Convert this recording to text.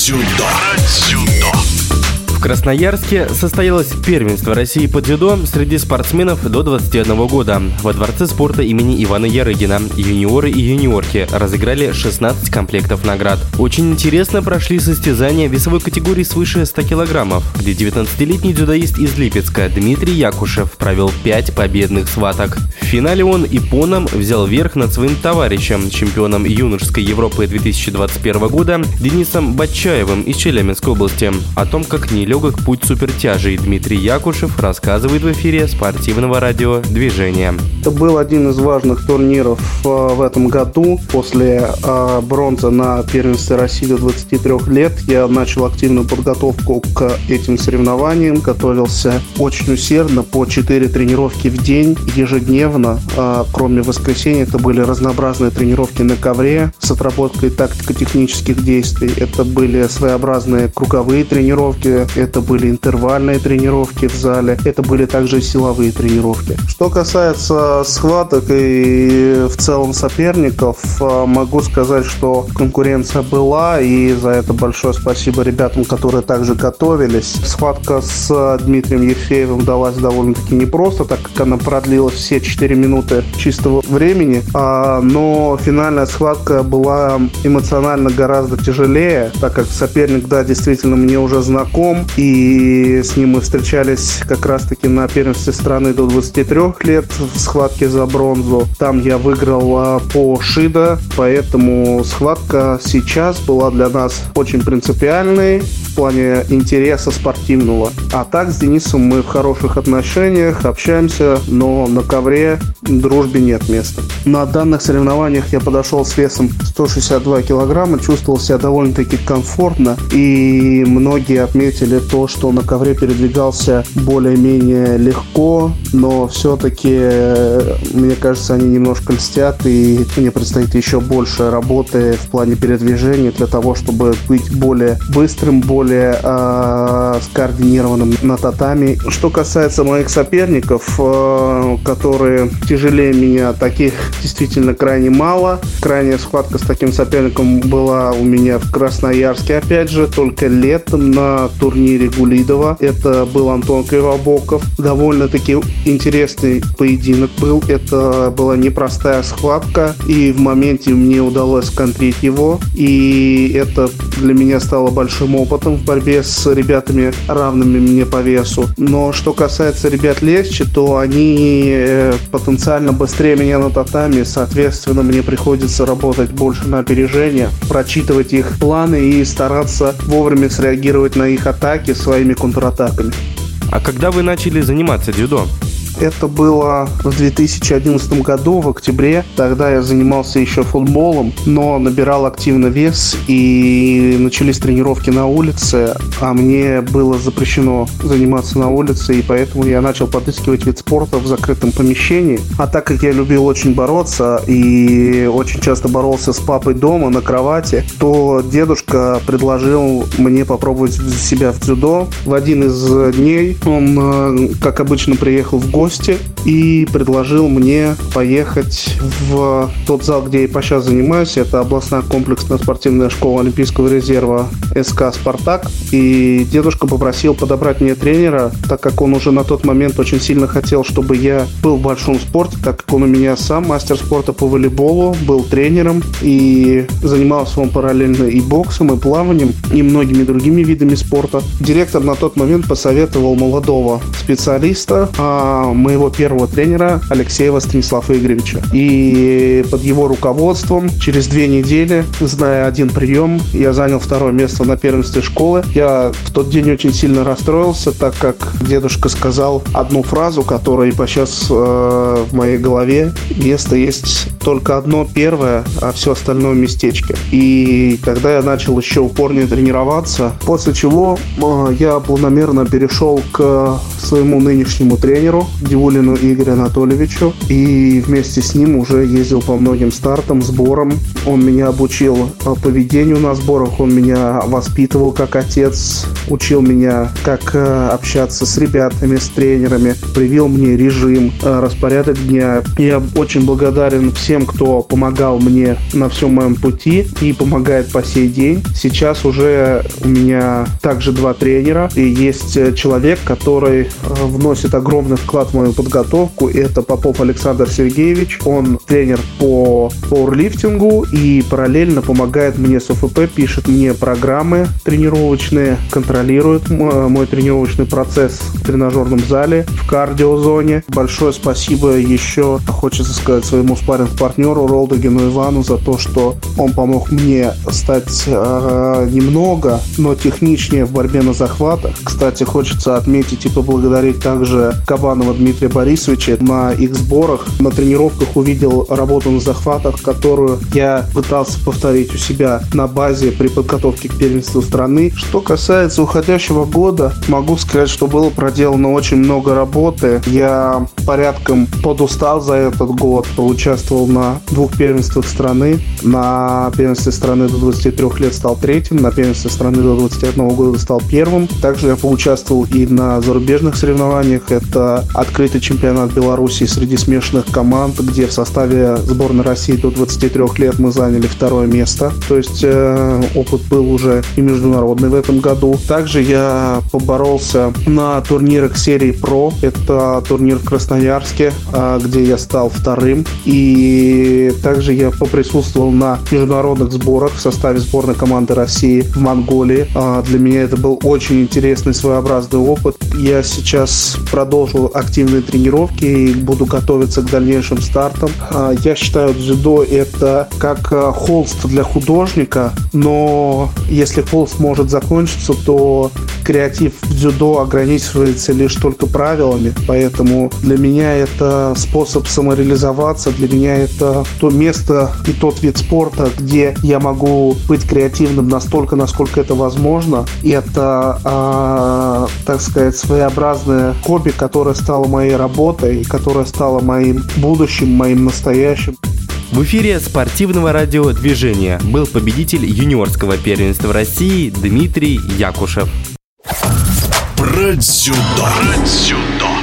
В Красноярске состоялось первенство России по дзюдо среди спортсменов до 21 года. Во Дворце спорта имени Ивана Ярыгина юниоры и юниорки разыграли 16 комплектов наград. Очень интересно прошли состязания весовой категории свыше 100 килограммов, где 19-летний дзюдоист из Липецка Дмитрий Якушев провел 5 победных схваток. В финале он иппоном взял верх над своим товарищем, чемпионом юношеской Европы 2021 года Денисом Батчаевым из Челябинской области. О том, как нелегок путь супертяжей, Дмитрий Якушев рассказывает в эфире спортивного радио «Движение». Это был один из важных турниров в этом году. После бронзы на первенстве России до 23 лет я начал активную подготовку к этим соревнованиям. Готовился очень усердно, по 4 тренировки в день, ежедневно. Кроме воскресенья, это были разнообразные тренировки на ковре с отработкой тактико-технических действий. Это были своеобразные круговые тренировки, это были интервальные тренировки в зале, это были также силовые тренировки. Что касается схваток и в целом соперников, могу сказать, что конкуренция была, и за это большое спасибо ребятам, которые также готовились. Схватка с Дмитрием Евсеевым далась довольно-таки непросто, так как она продлилась все 4 минуты чистого времени, но финальная схватка была эмоционально гораздо тяжелее, так как соперник, да, действительно мне уже знаком, и с ним мы встречались как раз-таки на первенстве страны до 23 лет в схватке за бронзу. Там я выиграл по шидо, поэтому схватка сейчас была для нас очень принципиальной в плане интереса спортивного. А так с Денисом мы в хороших отношениях, общаемся, но на ковре дружбе нет места. На данных соревнованиях я подошел с весом 162 килограмма, чувствовал себя довольно-таки комфортно, и многие отметили то, что на ковре передвигался более-менее легко, но все-таки, мне кажется, они немножко льстят, и мне предстоит еще больше работы в плане передвижения для того, чтобы быть более быстрым, более скоординированным на татами. Что касается моих соперников, которые тяжелее меня, таких действительно крайне мало. Крайняя схватка с таким соперником была у меня в Красноярске, опять же, только летом на турнире Гулидова. Это был Антон Кривобоков. Довольно-таки интересный поединок был. Это была непростая схватка, и в моменте мне удалось контрить его, и это для меня стало большим опытом в борьбе с ребятами, равными мне по весу. Но что касается ребят легче, то они потенциально быстрее меня на татами, соответственно, мне приходится работать больше на опережение, прочитывать их планы и стараться вовремя среагировать на их атаки своими контратаками. А когда вы начали заниматься дзюдо? Это было в 2011 году, в октябре. Тогда я занимался еще футболом, но набирал активно вес, и начались тренировки на улице, а мне было запрещено заниматься на улице, и поэтому я начал подыскивать вид спорта в закрытом помещении. А так как я любил очень бороться и очень часто боролся с папой дома на кровати, то дедушка предложил мне попробовать себя в дзюдо. В один из дней он, как обычно, приехал в гости и предложил мне поехать в тот зал, где я по сейчас занимаюсь. Это областная комплексная спортивная школа Олимпийского резерва СК «Спартак». И дедушка попросил подобрать мне тренера, так как он уже на тот момент очень сильно хотел, чтобы я был в большом спорте, так как он у меня сам мастер спорта по волейболу, был тренером, и занимался он параллельно и боксом, и плаванием, и многими другими видами спорта. Директор на тот момент посоветовал молодого специалиста, моего первого тренера Алексеева Станислава Игоревича. И под его руководством через 2 недели, зная один прием, я занял 2 место на первенстве школы. Я в тот день очень сильно расстроился, так как дедушка сказал одну фразу, которая и по сейчас в моей голове. Место есть только одно, первое, а все остальное в местечке. И тогда я начал еще упорнее тренироваться, после чего я планомерно перешел к своему нынешнему тренеру Дивулину Игорю Анатольевичу, и вместе с ним уже ездил по многим стартам, сборам. Он меня обучил поведению на сборах, он меня воспитывал как отец, учил меня, как общаться с ребятами, с тренерами, привил мне режим, распорядок дня. Я очень благодарен всем тем, кто помогал мне на всем моем пути и помогает по сей день. Сейчас уже у меня также 2 тренера, и есть человек, который вносит огромный вклад в мою подготовку. Это Попов Александр Сергеевич. Он тренер по пауэрлифтингу и параллельно помогает мне с ОФП, пишет мне программы тренировочные, контролирует мой тренировочный процесс в тренажерном зале, в кардиозоне. Большое спасибо еще хочется сказать своему спарринг-партнеру Ролдогену Ивану за то, что он помог мне стать немного, но техничнее в борьбе на захватах. Кстати, хочется отметить и поблагодарить также Кабанова Дмитрия Борисовича. На их сборах, на тренировках увидел работу на захватах, которую я пытался повторить у себя на базе при подготовке к первенству страны. Что касается уходящего года, могу сказать, что было проделано очень много работы. Я порядком подустал за этот год, поучаствовал на 2 первенствах страны. На первенстве страны до 23 лет стал 3-м, на первенстве страны до 21 года стал 1-м. Также я поучаствовал и на зарубежных соревнованиях. Это открытый чемпионат Беларуси среди смешанных команд, где в составе сборной России до 23 лет мы заняли 2 место. То есть опыт был уже и международный в этом году. Также я поборолся на турнирах серии ПРО. Это турнир в Красноярске, где я стал 2-м. И также я поприсутствовал на международных сборах в составе сборной команды России в Монголии. Для меня это был очень интересный, своеобразный опыт. Я сейчас продолжу активные тренировки и буду готовиться к дальнейшим стартам. Я считаю, дзюдо — это как холст для художника, но если холст может закончиться, то креатив в дзюдо ограничивается лишь только правилами. Поэтому для меня это способ самореализоваться, для меня это то место и тот вид спорта, где я могу быть креативным настолько, насколько это возможно. И это, так сказать, своеобразное хобби, которое стало моей работой, которое стало моим будущим, моим настоящим. В эфире спортивного радиодвижения был победитель юниорского первенства России Дмитрий Якушев. Про дзюдо.